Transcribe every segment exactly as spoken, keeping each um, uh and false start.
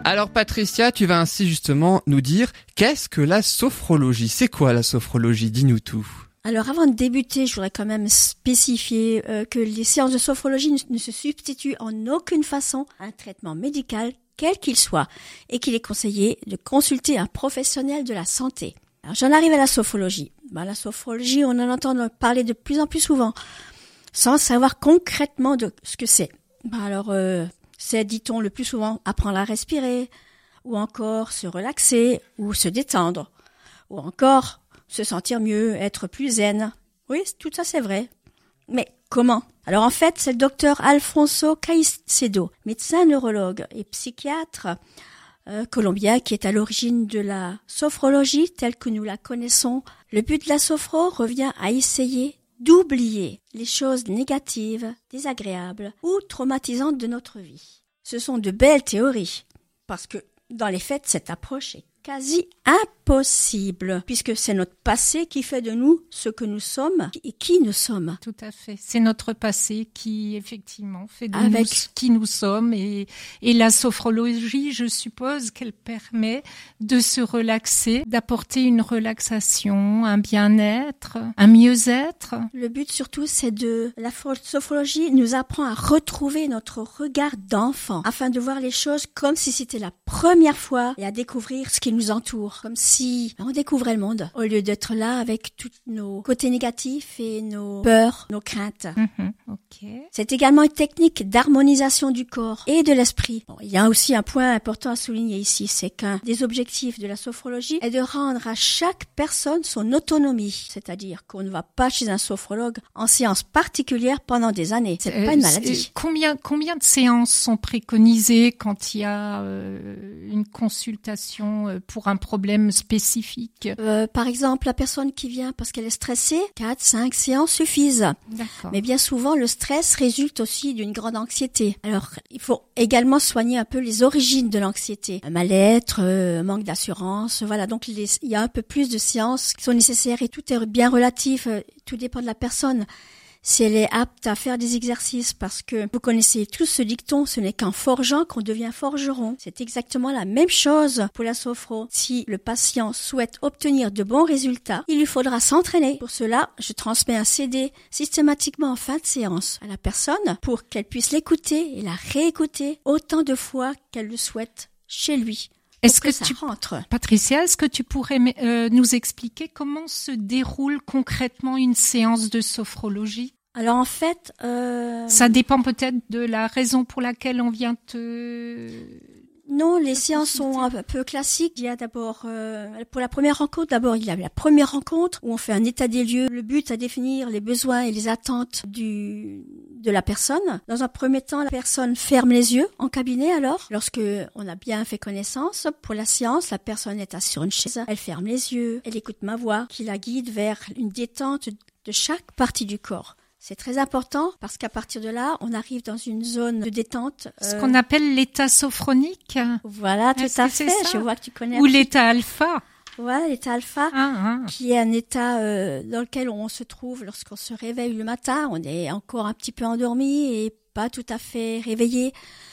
Alors Patricia, tu vas ainsi justement nous dire qu'est-ce que la sophrologie ? C'est quoi la sophrologie ? Dis-nous tout. Alors avant de débuter, je voudrais quand même spécifier euh, que les séances de sophrologie ne, ne se substituent en aucune façon à un traitement médical, quel qu'il soit, et qu'il est conseillé de consulter un professionnel de la santé. Alors j'en arrive à la sophrologie. Ben, la sophrologie, on en entend parler de plus en plus souvent, sans savoir concrètement de ce que c'est. Ben, alors, euh, c'est, dit-on le plus souvent, apprendre à respirer, ou encore se relaxer, ou se détendre, ou encore se sentir mieux, être plus zen. Oui, tout ça c'est vrai. Mais comment ? Alors en fait, c'est le docteur Alfonso Caicedo, médecin neurologue et psychiatre euh, colombien qui est à l'origine de la sophrologie telle que nous la connaissons. Le but de la sophro revient à essayer d'oublier les choses négatives, désagréables ou traumatisantes de notre vie. Ce sont de belles théories, parce que dans les faits, cette approche est quasi impossible, puisque c'est notre passé qui fait de nous ce que nous sommes et qui nous sommes. Tout à fait. C'est notre passé qui, effectivement, fait de Avec... nous ce qui nous sommes. Et, et la sophrologie, je suppose qu'elle permet de se relaxer, d'apporter une relaxation, un bien-être, un mieux-être. Le but surtout, c'est de... La sophrologie nous apprend à retrouver notre regard d'enfant, afin de voir les choses comme si c'était la première fois et à découvrir ce qui nous entoure, comme si on découvrait le monde, au lieu d'être là avec tous nos côtés négatifs et nos peurs, nos craintes. Mmh, ok. C'est également une technique d'harmonisation du corps et de l'esprit. Bon, il y a aussi un point important à souligner ici, c'est qu'un des objectifs de la sophrologie est de rendre à chaque personne son autonomie, c'est-à-dire qu'on ne va pas chez un sophrologue en séance particulière pendant des années. C'est euh, pas une maladie. Combien, combien de séances sont préconisées quand il y a euh, une consultation pour un problème spécifique? euh, Par exemple, la personne qui vient parce qu'elle est stressée, quatre, cinq séances suffisent. D'accord. Mais bien souvent, le stress résulte aussi d'une grande anxiété. Alors, il faut également soigner un peu les origines de l'anxiété. Un mal-être, euh, un manque d'assurance, voilà. Donc, les, il y a un peu plus de séances qui sont nécessaires et tout est bien relatif, euh, tout dépend de la personne. Si elle est apte à faire des exercices, parce que vous connaissez tous ce dicton, ce n'est qu'en forgeant qu'on devient forgeron. C'est exactement la même chose pour la sophro. Si le patient souhaite obtenir de bons résultats, il lui faudra s'entraîner. Pour cela, je transmets un C D systématiquement en fin de séance à la personne pour qu'elle puisse l'écouter et la réécouter autant de fois qu'elle le souhaite chez lui. Est-ce que, que ça tu, rentre. Patricia, est-ce que tu pourrais euh, nous expliquer comment se déroule concrètement une séance de sophrologie ? Alors en fait... Euh... Ça dépend peut-être de la raison pour laquelle on vient te... Non, les séances sont un peu classiques. Il y a d'abord, euh, pour la première rencontre, d'abord il y a la première rencontre où on fait un état des lieux. Le but est de définir les besoins et les attentes du de la personne. Dans un premier temps, la personne ferme les yeux en cabinet alors. Lorsque on a bien fait connaissance, pour la séance, la personne est assise sur une chaise. Elle ferme les yeux, elle écoute ma voix qui la guide vers une détente de chaque partie du corps. C'est très important parce qu'à partir de là, on arrive dans une zone de détente. Euh... Ce qu'on appelle l'état sophronique. Voilà, tout Est-ce à que fait. Je vois que tu connais. Ou l'état alpha. Voilà, l'état alpha, ah, ah. qui est un état euh, dans lequel on se trouve lorsqu'on se réveille le matin. On est encore un petit peu endormi et pas tout à fait réveillé.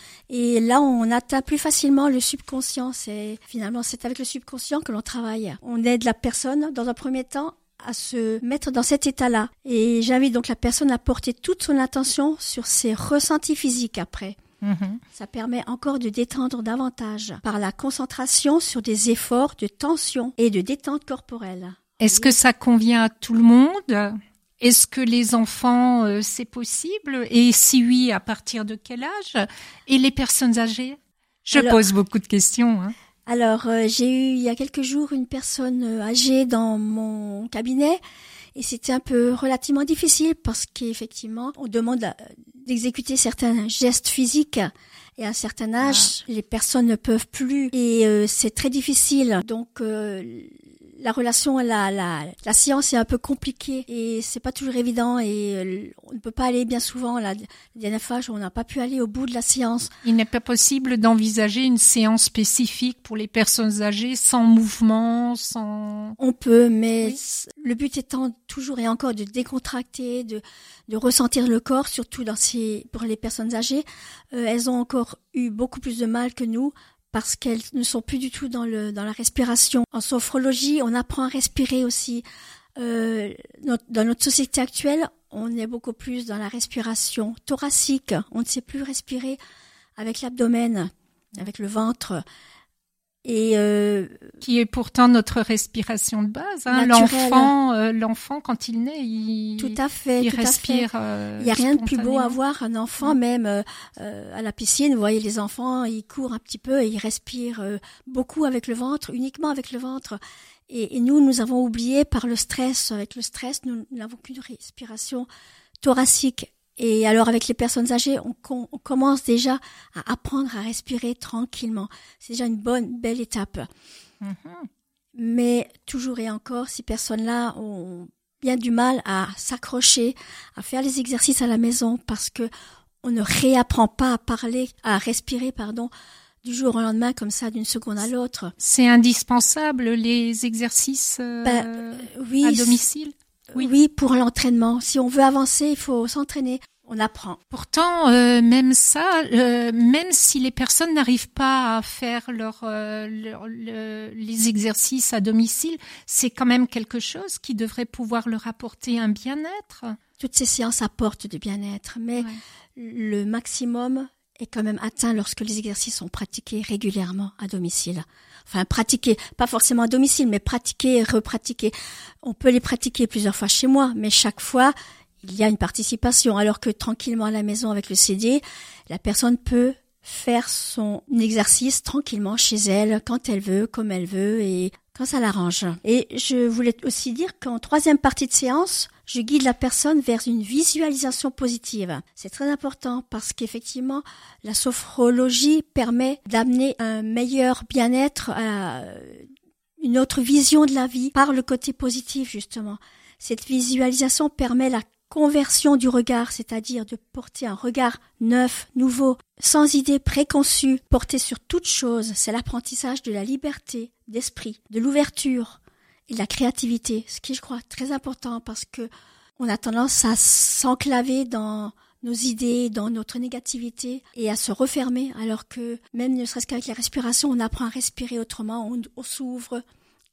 Et là, on atteint plus facilement le subconscient. C'est finalement, c'est avec le subconscient que l'on travaille. On aide la personne, dans un premier temps, à se mettre dans cet état-là. Et j'invite donc la personne à porter toute son attention sur ses ressentis physiques après. Mmh. Ça permet encore de détendre davantage par la concentration sur des efforts de tension et de détente corporelle. Est-ce que ça convient à tout le monde ? Est-ce que les enfants, euh, c'est possible ? Et si oui, à partir de quel âge ? Et les personnes âgées ? Je Alors... pose beaucoup de questions, hein. Alors, euh, j'ai eu il y a quelques jours une personne euh, âgée dans mon cabinet et c'était un peu relativement difficile parce qu'effectivement, on demande à, d'exécuter certains gestes physiques et à un certain âge, ah. les personnes ne peuvent plus et euh, c'est très difficile. Donc, euh, la relation, la, la, la science est un peu compliquée et c'est pas toujours évident et euh, on ne peut pas aller bien souvent. La, la dernière fois, on n'a pas pu aller au bout de la séance. Il n'est pas possible d'envisager une séance spécifique pour les personnes âgées sans mouvement, sans... On peut, mais oui. Le but étant toujours et encore de décontracter, de, de ressentir le corps, surtout dans ces, pour les personnes âgées. Euh, elles ont encore eu beaucoup plus de mal que nous parce qu'elles ne sont plus du tout dans le dans la respiration. En sophrologie, on apprend à respirer aussi. Euh, notre, dans notre société actuelle, on est beaucoup plus dans la respiration thoracique. On ne sait plus respirer avec l'abdomen, avec le ventre. Et euh, qui est pourtant notre respiration de base. Hein. L'enfant, euh, l'enfant quand il naît, il tout à fait, il tout respire. À fait. Euh, il n'y a rien de plus beau à voir un enfant, même euh, euh, à la piscine. Vous voyez les enfants, ils courent un petit peu et ils respirent euh, beaucoup avec le ventre, uniquement avec le ventre. Et, et nous, nous avons oublié par le stress. Avec le stress, nous n'avons qu'une respiration thoracique. Et alors, avec les personnes âgées, on, com- on commence déjà à apprendre à respirer tranquillement. C'est déjà une bonne, belle étape. Mm-hmm. Mais toujours et encore, ces personnes-là ont bien du mal à s'accrocher, à faire les exercices à la maison parce que on ne réapprend pas à parler, à respirer, pardon, du jour au lendemain comme ça, d'une seconde à l'autre. C'est indispensable, les exercices euh, ben, oui, à domicile. Oui. oui, pour l'entraînement. Si on veut avancer, il faut s'entraîner. On apprend. Pourtant, euh, même ça, euh, même si les personnes n'arrivent pas à faire leur, euh, leur le, les exercices à domicile, c'est quand même quelque chose qui devrait pouvoir leur apporter un bien-être. Toutes ces séances apportent du bien-être, mais ouais. le maximum est quand même atteint lorsque les exercices sont pratiqués régulièrement à domicile. Enfin, pratiquer, pas forcément à domicile, mais pratiquer et repratiquer. On peut les pratiquer plusieurs fois chez moi, mais chaque fois, il y a une participation. Alors que tranquillement à la maison avec le C D, la personne peut faire son exercice tranquillement chez elle, quand elle veut, comme elle veut et quand ça l'arrange. Et je voulais aussi dire qu'en troisième partie de séance, je guide la personne vers une visualisation positive. C'est très important parce qu'effectivement, la sophrologie permet d'amener un meilleur bien-être, à une autre vision de la vie par le côté positif justement. Cette visualisation permet la conversion du regard, c'est-à-dire de porter un regard neuf, nouveau, sans idée préconçue, porté sur toute chose. C'est l'apprentissage de la liberté d'esprit, de l'ouverture et de la créativité, ce qui est, je crois, très important parce que on a tendance à s'enclaver dans nos idées, dans notre négativité et à se refermer, alors que même ne serait-ce qu'avec la respiration, on apprend à respirer autrement, on, on s'ouvre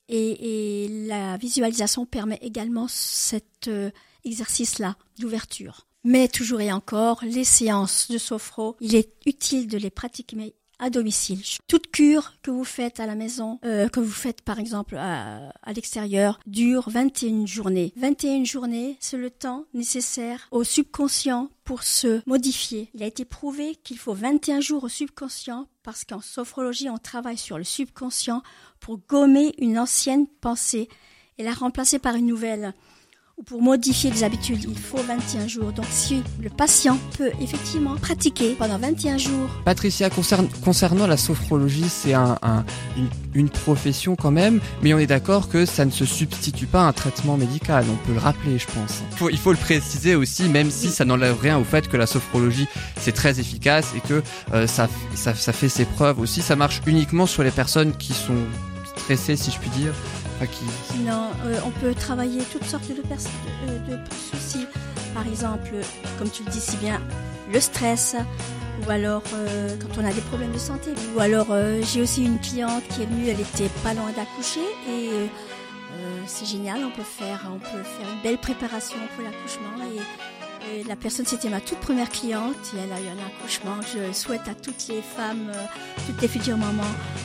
et, et la visualisation permet également cet euh, exercice-là d'ouverture. Mais toujours et encore, les séances de sophro, il est utile de les pratiquer à domicile. Toute cure que vous faites à la maison, euh, que vous faites par exemple à, à l'extérieur, dure vingt et une journées. vingt et une journées, c'est le temps nécessaire au subconscient pour se modifier. Il a été prouvé qu'il faut vingt et un jours au subconscient parce qu'en sophrologie, on travaille sur le subconscient pour gommer une ancienne pensée et la remplacer par une nouvelle. Ou pour modifier des habitudes, il faut vingt et un jours. Donc si le patient peut effectivement pratiquer pendant vingt et un jours. Patricia, concerne, concernant la sophrologie, c'est un, un, une, une profession quand même, mais on est d'accord que ça ne se substitue pas à un traitement médical. On peut le rappeler, je pense. Il faut, il faut le préciser aussi, même si ça n'enlève rien au fait que la sophrologie, c'est très efficace et que euh, ça, ça, ça fait ses preuves aussi. Ça marche uniquement sur les personnes qui sont stressées, si je puis dire. Qui... Non, euh, on peut travailler toutes sortes de, pers- de, de soucis. Par exemple, comme tu le dis si bien, le stress, ou alors euh, quand on a des problèmes de santé. Ou alors, euh, j'ai aussi une cliente qui est venue, elle était pas loin d'accoucher et euh, c'est génial, on peut faire, on peut faire une belle préparation pour l'accouchement. Et, et la personne, c'était ma toute première cliente et elle a eu un accouchement. Je souhaite à toutes les femmes, euh, toutes les futures mamans,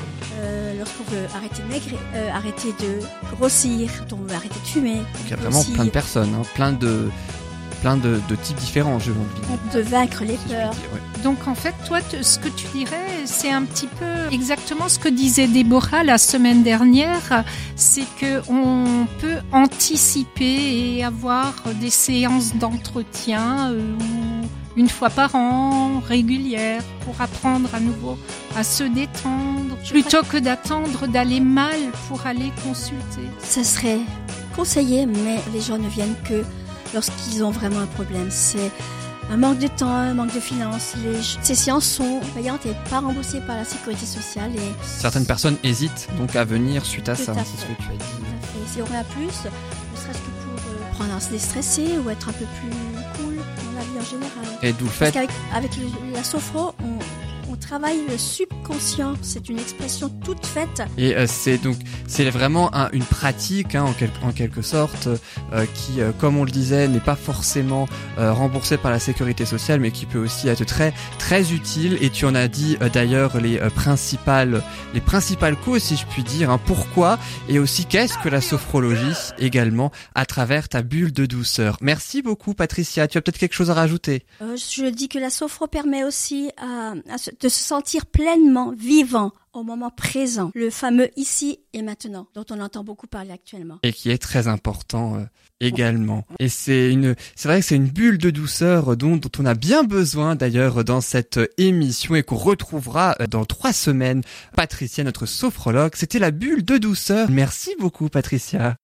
Euh, lorsqu'on veut arrêter de maigrir, euh, arrêter de grossir, quand on veut arrêter de fumer. Donc il y a vraiment aussi, plein de personnes, hein, plein de plein de, de types différents, je veux dire. De vaincre les peurs. Dire, ouais. Donc en fait, toi, te, ce que tu dirais, c'est un petit peu exactement ce que disait Déborah la semaine dernière, c'est que on peut anticiper et avoir des séances d'entretien euh, une fois par an, régulières, pour apprendre à nouveau à se détendre, Je plutôt que d'attendre d'aller mal pour aller consulter. Ce serait conseillé, mais les gens ne viennent que lorsqu'ils ont vraiment un problème. C'est un manque de temps, un manque de finances. Les... Ces séances sont payantes et pas remboursées par la sécurité sociale. Et... Certaines personnes hésitent donc à venir suite à Tout ça, à c'est ce que tu as dit. Et s'il y aurait un plus, ne serait-ce que pour euh, prendre un se déstresser ou être un peu plus cool dans la vie en général. Et d'où le fait... Parce qu'avec avec le, la sophro, on, on travaille le subconscient. C'est une expression toute faite. Et euh, c'est donc c'est vraiment un, une pratique hein, en, quel, en quelque sorte euh, qui, euh, comme on le disait, n'est pas forcément euh, remboursée par la sécurité sociale, mais qui peut aussi être très très utile. Et tu en as dit euh, d'ailleurs les euh, principales les principales causes, si je puis dire, hein, pourquoi et aussi qu'est-ce que la sophrologie également à travers ta bulle de douceur. Merci beaucoup Patricia. Tu as peut-être quelque chose à rajouter? Euh, je dis que la sophro permet aussi à, à se, de se sentir pleinement vivant au moment présent, le fameux ici et maintenant, dont on entend beaucoup parler actuellement. Et qui est très important euh, également. Et c'est une, c'est vrai que c'est une bulle de douceur dont, dont on a bien besoin d'ailleurs dans cette émission et qu'on retrouvera dans trois semaines. Patricia, notre sophrologue, c'était la bulle de douceur. Merci beaucoup Patricia.